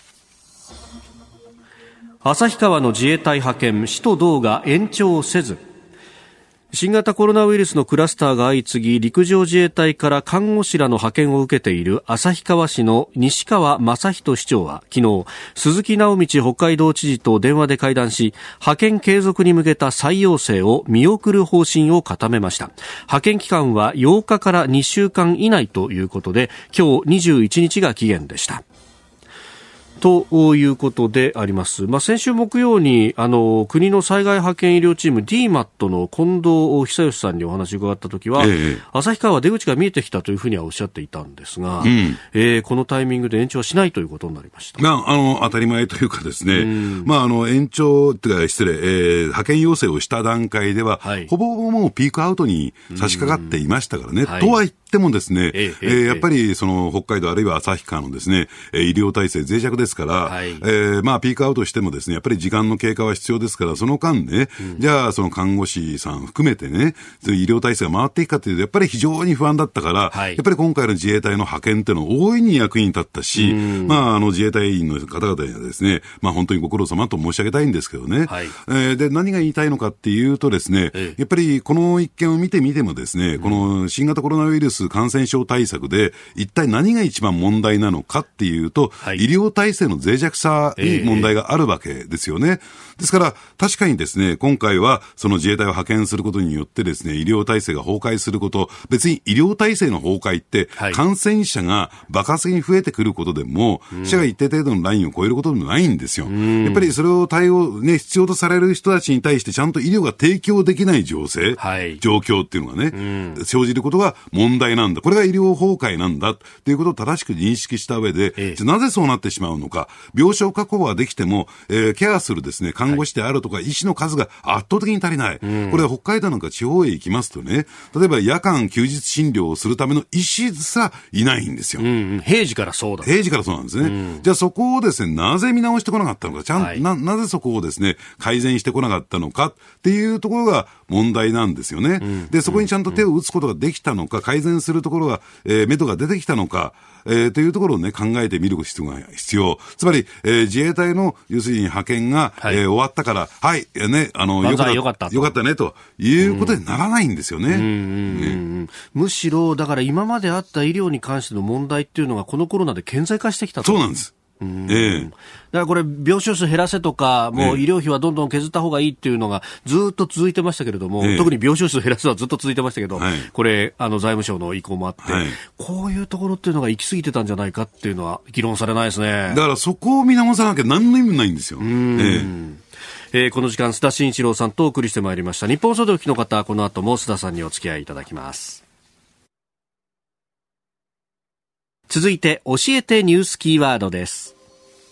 旭川の自衛隊派遣、市と道が延長せず。新型コロナウイルスのクラスターが相次ぎ、陸上自衛隊から看護師らの派遣を受けている旭川市の西川正人市長は昨日、鈴木直道北海道知事と電話で会談し、派遣継続に向けた再要請を見送る方針を固めました。派遣期間は8日から2週間以内ということで、今日21日が期限でした。ということであります。先週木曜に国の災害派遣医療チーム DMAT の近藤久義さんにお話を伺ったときは、旭川は出口が見えてきたというふうにはおっしゃっていたんですが、このタイミングで延長はしないということになりました。 当たり前というかですね、延長っていうか失礼、派遣要請をした段階では、ほぼほぼもうピークアウトに差し掛かっていましたからね。とは言ってもですね、やっぱりその北海道あるいは旭川のですね、医療体制脆弱ですから、ピークアウトしてもですね、やっぱり時間の経過は必要ですから、その間ね、じゃあその看護師さん含めてね、医療体制が回っていくかというと、やっぱり非常に不安だったから、やっぱり今回の自衛隊の派遣っていうのは大いに役に立ったし、自衛隊員の方々にはですね、本当にご苦労様と申し上げたいんですけどね。で、何が言いたいのかっていうとですね、やっぱりこの一件を見てみてもですね、この新型コロナウイルス感染症対策で一体何が一番問題なのかっていうと、医療体制の脆弱さに問題があるわけですよね。ですから確かにですね、今回はその自衛隊を派遣することによってですね、医療体制が崩壊すること、別に医療体制の崩壊って感染者が爆発的に増えてくることでも、死者が一定程度のラインを超えることでもないんですよ。やっぱりそれを必要とされる人たちに対してちゃんと医療が提供できない状況っていうのがね、生じることが問題なんだ。これが医療崩壊なんだっていうことを正しく認識した上で、じゃなぜそうなってしまうのか。病床確保はできても、ケアするですね、看護師であるとか医師の数が圧倒的に足りない。これは北海道なんか地方へ行きますとね、例えば夜間休日診療をするための医師すらいないんですよ。 平時からそうだ。 平時からそうなんですね。じゃあそこをですね、なぜ見直してこなかったのか、なぜそこをですね、改善してこなかったのかっていうところが問題なんですよね。で、そこにちゃんと手を打つことができたのか、改善するところが、目処が出てきたのか、というところをね、考えてみる必要。つまり、自衛隊の、要するに派遣が、終わったから、よかったね、ということにならないんですよね。 むしろ、だから今まであった医療に関しての問題っていうのが、このコロナで顕在化してきたと。 そうなんです。 だからこれ病床数減らせとか、もう医療費はどんどん削った方がいいっていうのがずっと続いてましたけれども、特に病床数減らすのはずっと続いてましたけど、これ財務省の意向もあって、こういうところっていうのが行き過ぎてたんじゃないかっていうのは議論されないですね。 だからそこを見直さなきゃ何の意味ないんですよ。この時間須田慎一郎さんとお送りしてまいりました。日本総動機の方、この後も須田さんにお付き合いいただきます。続いて教えてニュースキーワードです。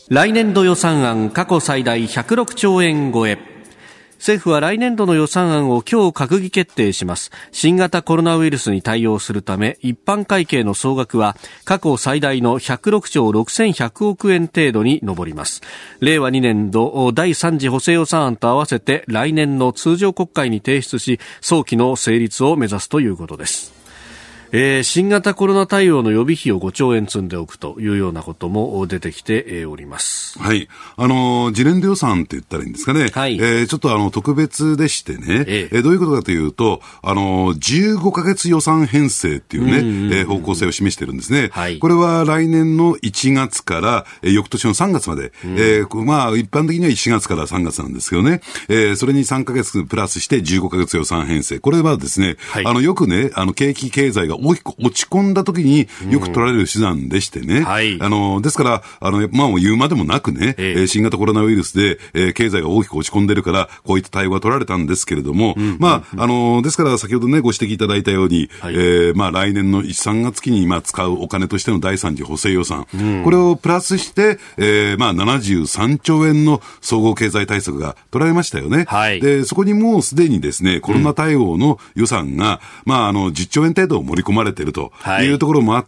来年度予算案過去最大106兆円超え。政府は来年度の予算案を今日閣議決定します。新型コロナウイルスに対応するため、一般会計の総額は過去最大の106兆6100億円程度に上ります。令和2年度第3次補正予算案と合わせて来年の通常国会に提出し、早期の成立を目指すということです。新型コロナ対応の予備費を5兆円積んでおくというようなことも出てきております。 はい。次年度予算って言ったらいいんですかね。はい。ちょっと特別でしてね。どういうことかというと、15ヶ月予算編成っていうね、方向性を示してるんですね。はい。これは来年の1月から、翌年の3月まで。まあ、一般的には1月から3月なんですけどね。それに3ヶ月プラスして15ヶ月予算編成。これはですね、はい、よくね、景気経済が大きく落ち込んだ時によく取られる手段でしてね。はい。ですから、まあ、言うまでもなくね、新型コロナウイルスで、経済が大きく落ち込んでるから、こういった対応が取られたんですけれども、まあ、ですから先ほどね、ご指摘いただいたように、はい、まあ、来年の1、3月期に今使うお金としての第3次補正予算、これをプラスして、まあ、73兆円の総合経済対策が取られましたよね。はい。で、そこにもうすでにですね、コロナ対応の予算が、まあ、10兆円程度盛り込まれているというところもあって、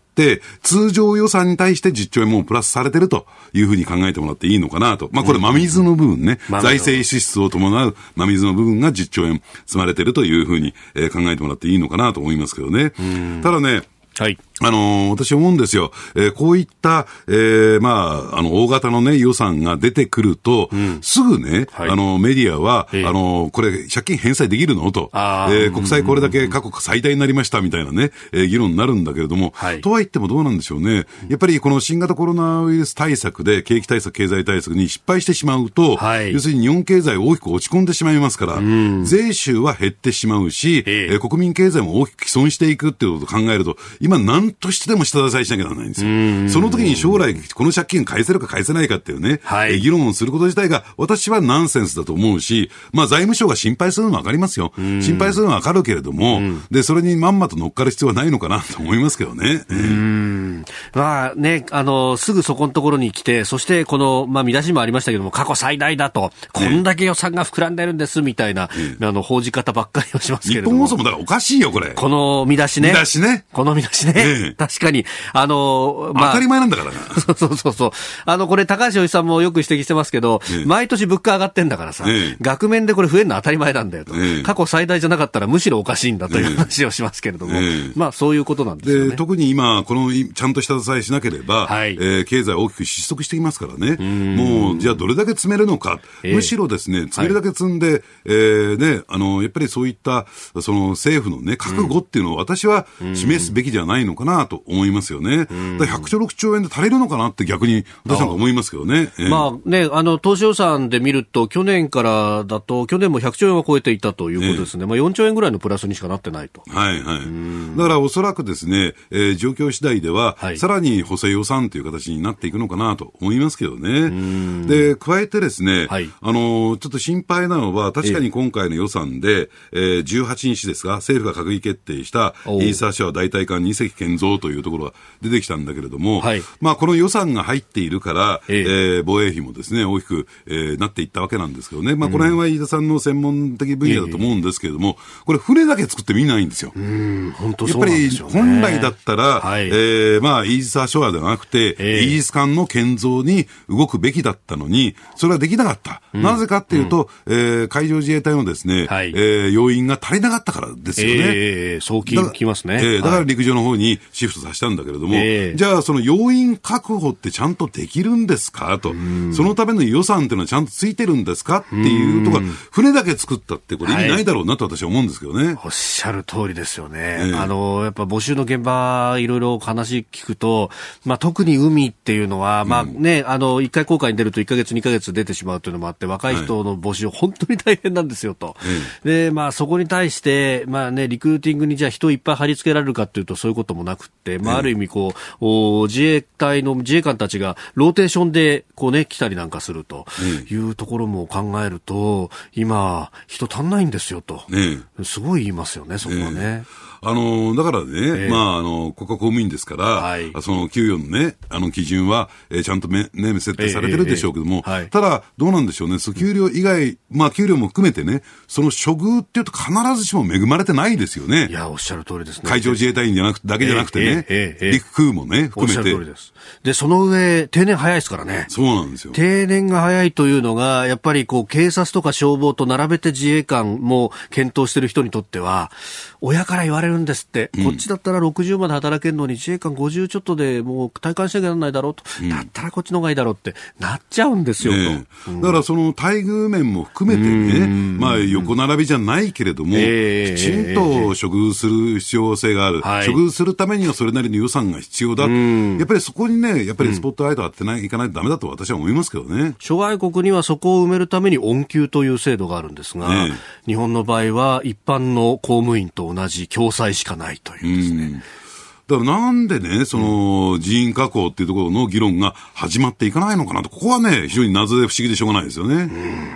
通常予算に対して10兆円もプラスされているというふうに考えてもらっていいのかなと。まあこれ真水の部分ね、財政支出を伴う真水の部分が10兆円積まれているというふうに考えてもらっていいのかなと思いますけどね。ただね、はい。私思うんですよ。こういった、まあ、大型のね、予算が出てくると、すぐね、はい、メディアは、これ、借金返済できるのと、国債これだけ過去最大になりましたみたいなね、議論になるんだけれども、はい、とは言ってもどうなんでしょうね。やっぱりこの新型コロナウイルス対策で、景気対策、経済対策に失敗してしまうと、はい、要するに日本経済大きく落ち込んでしまいますから、税収は減ってしまうし、国民経済も大きく毀損していくっていうことを考えると、今何としてでも下支えしなきゃならないんですよ。その時に将来この借金返せるか返せないかっていうね、はい、議論をすること自体が私はナンセンスだと思うし、まあ財務省が心配するのはわかりますよ。心配するのはわかるけれども、でそれにまんまと乗っかる必要はないのかなと思いますけどね。 まあね、すぐそこのところに来て、そしてこのまあ見出しもありましたけども、過去最大だと、こんだけ予算が膨らんでるんですみたいな、報じ方ばっかりをしますけれども。 日本放送もだからおかしいよこれ。 この見出しね。 見出しね。 この見出しね。確かに、まあ、 当たり前なんだからな。 そう。これ、高橋洋一さんもよく指摘してますけど、毎年物価上がってんだからさ、額面でこれ増えるのは当たり前なんだよと。過去最大じゃなかったらむしろおかしいんだという話をしますけれども、まあ、そういうことなんですよね。 で、特に今、この、ちゃんと下支えしなければ、はい、経済大きく失速していますからね。もう、じゃあどれだけ積めるのか。むしろですね、積めるだけ積んで、ね、やっぱりそういった、その政府のね、覚悟っていうのを私は示すべきじゃないのかなと思いますよね。106兆円で足りるのかなって逆に私なんか思いますけどね。 まあね、当初予算で見ると去年からだと去年も100兆円を超えていたということですね。まあ4兆円ぐらいのプラスにしかなってないと。はいはい。 だからおそらくですね、状況次第では、はい、さらに補正予算という形になっていくのかなと思いますけどね。で、加えてですね、はい、ちょっと心配なのは確かに今回の予算で、18日ですが政府が閣議決定したイーサーシャワー代替艦2隻建造というところが出てきたんだけれども、はい、まあこの予算が入っているから、防衛費もですね大きく、なっていったわけなんですけどね、まあこの辺は飯田さんの専門的分野だと思うんですけれども、これ船だけ作って見ないんですよ。 本当そうなんですよね。 やっぱり本来だったら、はい、まあイーサーショアではなくて、イージス艦の建造に動くべきだったのにそれはできなかった。なぜかっていうと、海上自衛隊のですね、はい、要員が足りなかったからですよね。 早期に来ますね。 だから陸上の方にシフトさせたんだけれども、じゃあその要員確保ってちゃんとできるんですかと、そのための予算っていうのはちゃんとついてるんですかっていうところ、船だけ作ったってこれ意味ないだろうなと私は思うんですけどね。 おっしゃる通りですよね。やっぱ募集の現場いろいろ話聞くと、まあ特に海っていうのは、まあね、一回航海に出ると1ヶ月2ヶ月出てしまうというのもあって、若い人の募集本当に大変なんですよと。で、まあそこに対して、まあね、リクルーティングにじゃあ人いっぱい貼り付けられるかっていうとそういうこともなくって、まあある意味こう、自衛官たちがローテーションでこうね、来たりなんかするというところも考えると、今、人足んないんですよと。すごい言いますよね、そこはね。 だからね、国家公務員ですから、その給与のね、基準は、ちゃんと設定されてるでしょうけども、ただ、どうなんでしょうね、その給料以外、給料も含めてね、その処遇っていうと必ずしも恵まれてないですよね。 いや、おっしゃる通りですね。 海上自衛隊員だけじゃなくてね、陸空もね、含めて。 おっしゃる通りです。で、その上、定年早いですからね。 そうなんですよ。 定年が早いというのが、やっぱり警察とか消防と並べて自衛官も検討している人にとっては、親から言われるんですって、こっちだったら60まで働けるのに自衛官50ちょっとでもう退官しなきゃならないだろうと、だったらこっちの方がいいだろうってなっちゃうんですよ、 だからその待遇面も含めてね、横並びじゃないけれども、きちんと処遇する必要性がある、処遇するためにはそれなりの予算が必要だ、やっぱりそこにね、やっぱりスポットライト当ていかないとダメだと私は思いますけどね。 諸外国にはそこを埋めるために恩給という制度があるんですが、日本の場合は一般の公務員と同じ共済しかないというですね。 だからなんでね、その人員確保っていうところの議論が始まっていかないのかなと、ここはね、非常に謎で不思議でしょうがないですよね。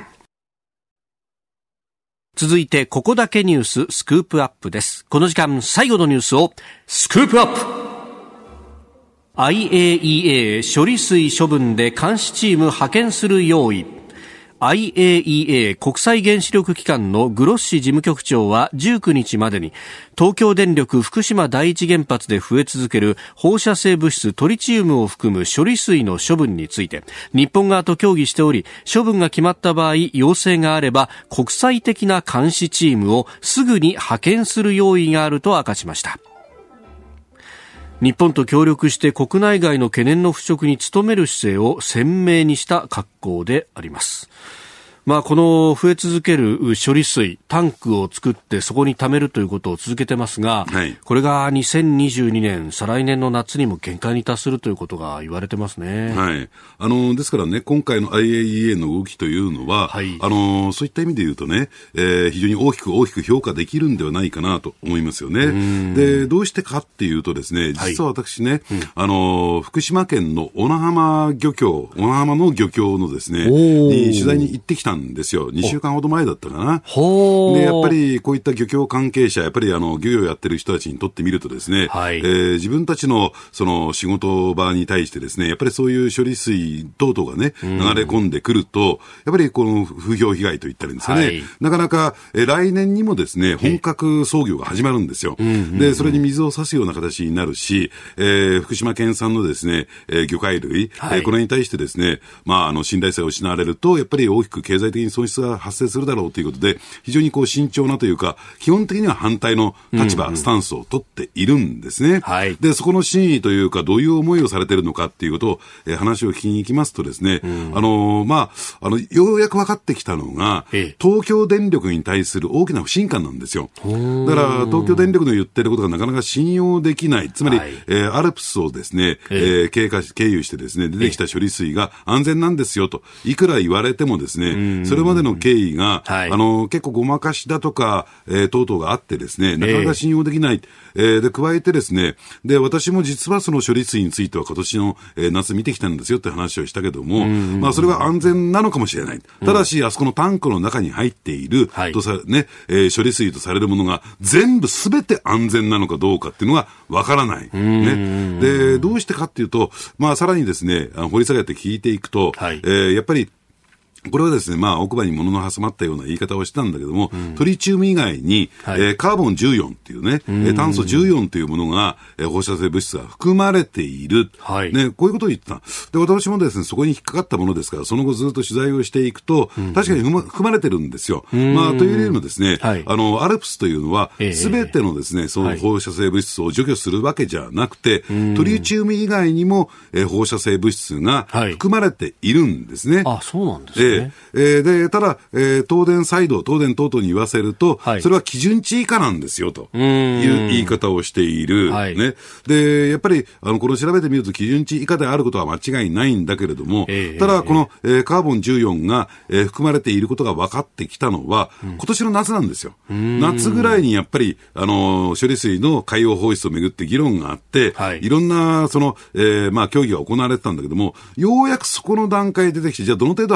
続いて、ここだけニューススクープアップです。この時間、最後のニュースをスクープアップ。IAEA 処理水処分で監視チーム派遣する用意。IAEA 国際原子力機関のグロッシ事務局長は19日までに東京電力福島第一原発で増え続ける放射性物質トリチウムを含む処理水の処分について日本側と協議しており、処分が決まった場合要請があれば国際的な監視チームをすぐに派遣する用意があると明かしました。日本と協力して国内外の懸念の払拭に努める姿勢を鮮明にした格好であります。この増え続ける処理水、タンクを作ってそこに貯めるということを続けてますが、これが2022年、再来年の夏にも限界に達するということが言われてますね。 ですからね、今回の IAEA の動きというのは、そういった意味で言うとね、非常に大きく評価できるんではないかなと思いますよね。で、どうしてかっていうとですね、実は私ね、福島県の小名浜の漁協のですね、に取材に行ってきたんですよ。2週間ほど前だったかな。で、やっぱりこういった漁協関係者、やっぱり漁業やってる人たちにとってみるとですね、自分たちのその仕事場に対してですね、やっぱりそういう処理水等々がね、流れ込んでくると、やっぱりこの風評被害といったらいいんですかね、なかなか来年にもですね、本格操業が始まるんですよ。で、それに水を差すような形になるし、福島県産のですね、魚介類、これに対してですね、信頼性を失われると、やっぱり大きく経済的に損失が発生するだろうということで、非常に慎重なというか、基本的には反対の立場、スタンスを取っているんですね。で、そこの真意というか、どういう思いをされているのかっていうことを、話を聞きに行きますとですね、ようやく分かってきたのが、東京電力に対する大きな不信感なんですよ。だから、東京電力の言ってることがなかなか信用できない。つまり、アルプスをですね、経由してですね、出てきた処理水が安全なんですよと、いくら言われてもですね、それまでの経緯が、結構ごまかしだとか、等々があってですね、なかなか信用できない。で、加えてですね、で、私も実はその処理水については今年の、夏見てきたんですよって話をしたけども、それは安全なのかもしれない。ただし、あそこのタンクの中に入っている、処理水とされるものが全部全て安全なのかどうかっていうのがわからない。で、どうしてかっていうと、さらにですね、掘り下げて聞いていくと、やっぱり、これはですね、奥歯に物の挟まったような言い方をしたんだけども、トリチウム以外に、カーボン14っていうね、炭素14というものが、放射性物質が含まれている。ね、こういうことを言ってた。で、私もですね、そこに引っかかったものですから、その後ずっと取材をしていくと、確かに含まれてるんですよ。というよりもですね、アルプスというのは、すべてのですね、その放射性物質を除去するわけじゃなくて、トリチウム以外にも、放射性物質が含まれているんですね。 そうなんですね。 で、ただ、東電等々に言わせると、それは基準値以下なんですよ、という言い方をしている。ね。で、やっぱり、これを調べてみると基準値以下であることは間違いないんだけれども、ただ、この、カーボン14が、含まれていることが分かってきたのは、今年の夏なんですよ。夏ぐらいにやっぱり、処理水の海洋放出をめぐって議論があって、いろんな、協議が行われてたんだけども、ようやくそこの段階で出てきて、じゃあどの程度入っている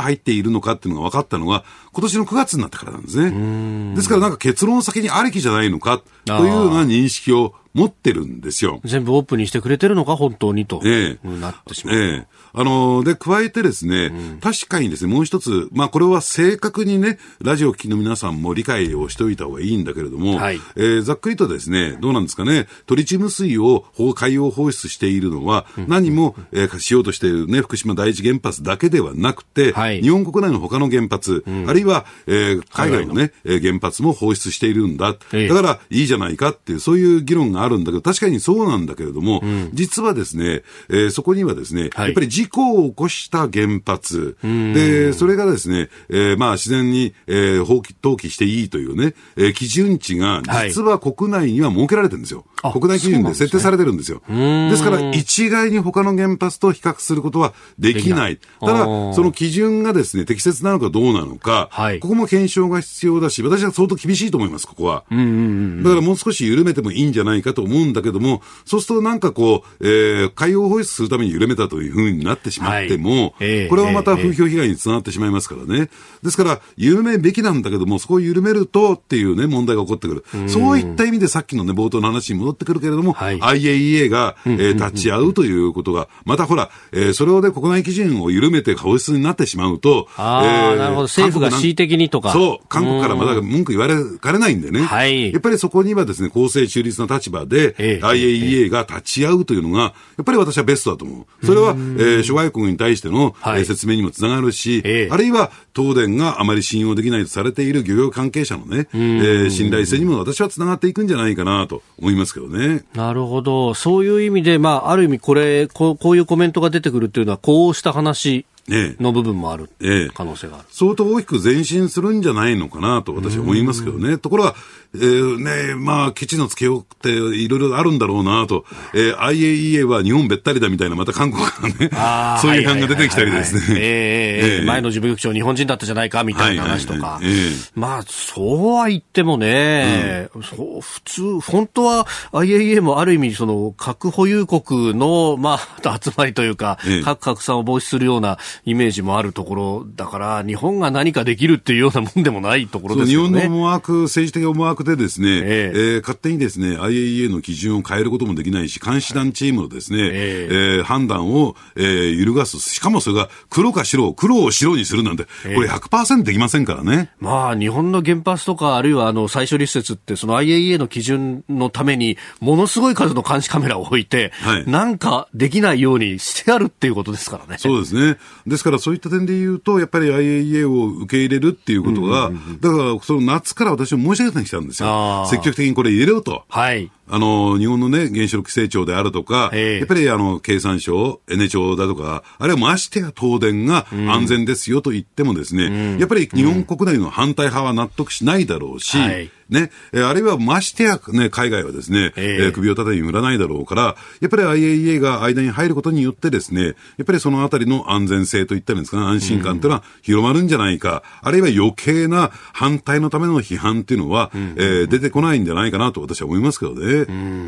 るのかっていうのが分かったのが今年の9月になってからなんですね。ですからなんか結論先にありきじゃないのかというような認識を持ってるんですよ。 全部オープンにしてくれてるのか本当にと、なってしまう。 で、加えてですね、確かにですね、もう一つ、これは正確にね、ラジオを聞きの皆さんも理解をしておいた方がいいんだけれども、ざっくりとですね、どうなんですかね、トリチウム水を海洋放出しているのは、何も、しようとしているね、福島第一原発だけではなくて、日本国内の他の原発、あるいは、海外のね、原発も放出しているんだ。だからいいじゃないかっていう、そういう議論があるんだけど、確かにそうなんだけれども、実はですね、そこにはですね、やっぱり事故を起こした原発、で、それがですね、自然に、投棄していいというね、基準値が実は国内には設けられてるんですよ。国内基準で設定されてるんですよ。ですから一概に他の原発と比較することはできない。ただ、その基準がですね、適切なのかどうなのか、ここも検証が必要だし、私は相当厳しいと思います、ここは。だからもう少し緩めてもいいんじゃないかと思うんだけども、そうするとなんかこう、海洋放出するために緩めたというふうになってしまっても、これはまた風評被害につながってしまいますからね。ですから、緩めべきなんだけども、そこを緩めるとっていうね、問題が起こってくる。そういった意味でさっきのね、冒頭の話に戻ってくるけれども、IAEA が、立ち会うということが、またほら、それをね、国内基準を緩めて放出になってしまうと、 なるほど、政府が恣意的にとか。 そう、韓国からまだ文句言われかねないんでね。やっぱりそこにはですね、公正中立な立場で、IAEA が立ち会うというのが、やっぱり私はベストだと思う。それは、諸外国に対しての、説明にもつながるし、あるいは東電があまり信用できないとされている漁業関係者のね、信頼性にも私はつながっていくんじゃないかなと思いますけどね。 なるほど。そういう意味で、ある意味こういうコメントが出てくるっていうのは、こうした話の部分もある可能性がある。 相当大きく前進するんじゃないのかなと私は思いますけどね。ところが、ケチのつけようっていろいろあるんだろうなと。IAEA は日本べったりだみたいな、また韓国からね、そういう批判が出てきたりですね。 前の事務局長日本人だったじゃないかみたいな話とか。そうは言ってもね、普通、本当は IAEA もある意味、その、核保有国の、集まりというか、核拡散を防止するようなイメージもあるところだから、日本が何かできるっていうようなもんでもないところですよね。 日本の思惑、政治的思惑でですね、勝手にですね、IAEA の基準を変えることもできないし、監視団チームのですね、判断を、揺るがす。しかもそれが黒を白にするなんて、これ 100% できませんからね。 日本の原発とか、あるいは再処理施設って、その IAEA の基準のために、ものすごい数の監視カメラを置いて、なんかできないようにしてあるっていうことですからね。 そうですね。ですからそういった点で言うと、やっぱり IAEA を受け入れるっていうことが、だからその夏から私は申し上げてきたんですよ。積極的にこれ入れろと。日本のね、原子力規制庁であるとか、やっぱり経産省、エネ庁だとか、あるいはましてや東電が安全ですよと言ってもですね、やっぱり日本国内の反対派は納得しないだろうし、ね、あるいはましてや、ね、海外はですね、首を縦に振らないだろうから、やっぱり IAEA が間に入ることによってですね、やっぱりそのあたりの安全性といったんですか、安心感というのは広まるんじゃないか、あるいは余計な反対のための批判っていうのは、出てこないんじゃないかなと私は思いますけどね。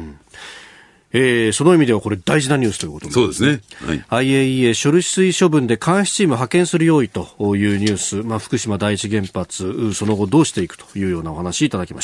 その意味ではこれ大事なニュースということですね。 そうですね。 IAEA 処理水処分で監視チーム派遣する用意というニュース、福島第一原発、その後どうしていくというようなお話いただきました。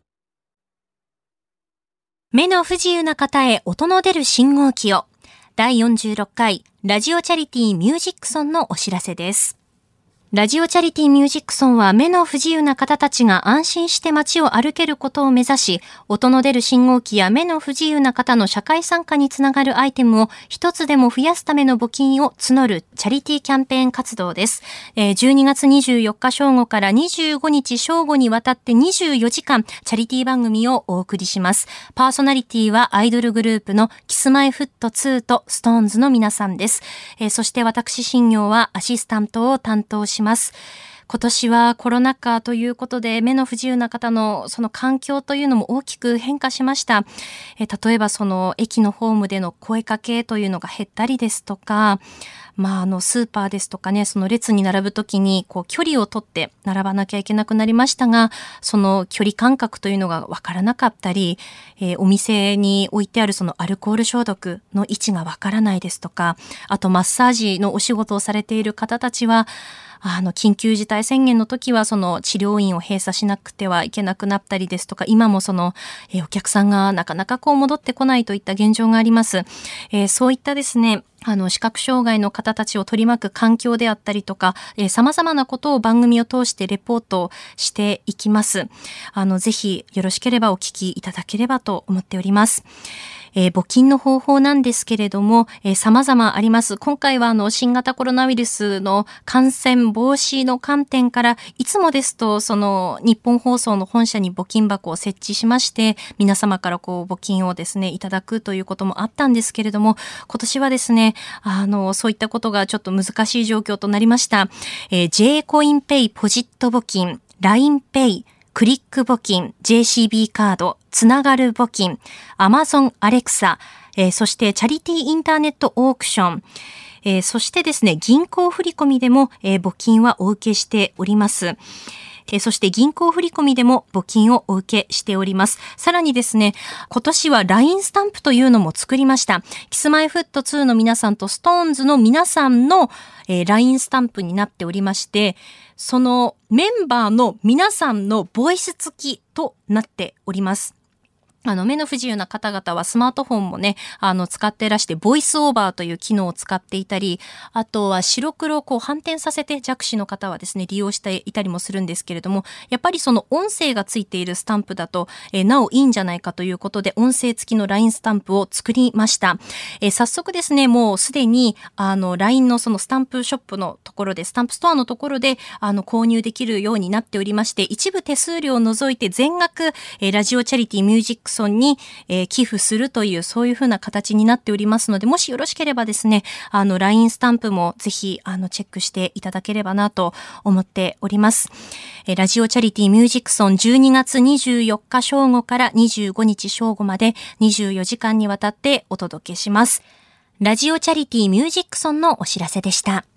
目の不自由な方へ音の出る信号機を。第46回ラジオチャリティーミュージックソンのお知らせです。ラジオチャリティーミュージックソンは目の不自由な方たちが安心して街を歩けることを目指し、音の出る信号機や目の不自由な方の社会参加につながるアイテムを一つでも増やすための募金を募るチャリティーキャンペーン活動です。12月24日正午から25日正午にわたって24時間チャリティー番組をお送りします。パーソナリティはアイドルグループのKiss-My-Foot2と SixTONES の皆さんです。そして私新業はアシスタントを担当します。今年はコロナ禍ということで目の不自由な方のその環境というのも大きく変化しました。例えばその駅のホームでの声かけというのが減ったりですとか、スーパーですとかね、その列に並ぶときに距離をとって並ばなきゃいけなくなりましたが、その距離感覚というのがわからなかったり、お店に置いてあるそのアルコール消毒の位置がわからないですとか、あとマッサージのお仕事をされている方たちは、 緊急事態宣言の時はその治療院を閉鎖しなくてはいけなくなったりですとか、今もその、お客さんがなかなか戻ってこないといった現状があります。そういったですね、視覚障害の方たちを取り巻く環境であったりとか、様々なことを番組を通してレポートしていきます。ぜひよろしければお聞きいただければと思っております。募金の方法なんですけれども、様々あります。今回は新型コロナウイルスの感染防止の観点から、いつもですとその日本放送の本社に募金箱を設置しまして、皆様から募金をですねいただくということもあったんですけれども、今年はですねそういったことがちょっと難しい状況となりました。J コインペイポジット募金、LINEペイ、クリック募金、JCB カード、つながる募金、Amazon アレクサ、そしてチャリティーインターネットオークション、そしてですね、銀行振込でも、募金はお受けしております。そして銀行振込でも募金をお受けしております。さらにですね、今年は LINE スタンプというのも作りました。Kｉｓ-My-Ｆｔ2 の皆さんと SixTONES の皆さんの、LINE スタンプになっておりまして、そのメンバーの皆さんのボイス付きとなっております。目の不自由な方々はスマートフォンもね、使っていらして、ボイスオーバーという機能を使っていたり、あとは白黒を反転させて弱視の方はですね、利用していたりもするんですけれども、やっぱりその音声がついているスタンプだと、なおいいんじゃないかということで、音声付きの LINE スタンプを作りました。早速ですね、もうすでに、LINE のそのスタンプショップのところで、スタンプストアのところで、購入できるようになっておりまして、一部手数料を除いて全額、ラジオチャリティミュージックに、寄付するというそういうふうな形になっておりますので、もしよろしければですね、LINE スタンプもぜひチェックしていただければなと思っております。ラジオチャリティミュージックソン12月24日正午から25日正午まで24時間にわたってお届けします。ラジオチャリティミュージックソンのお知らせでした。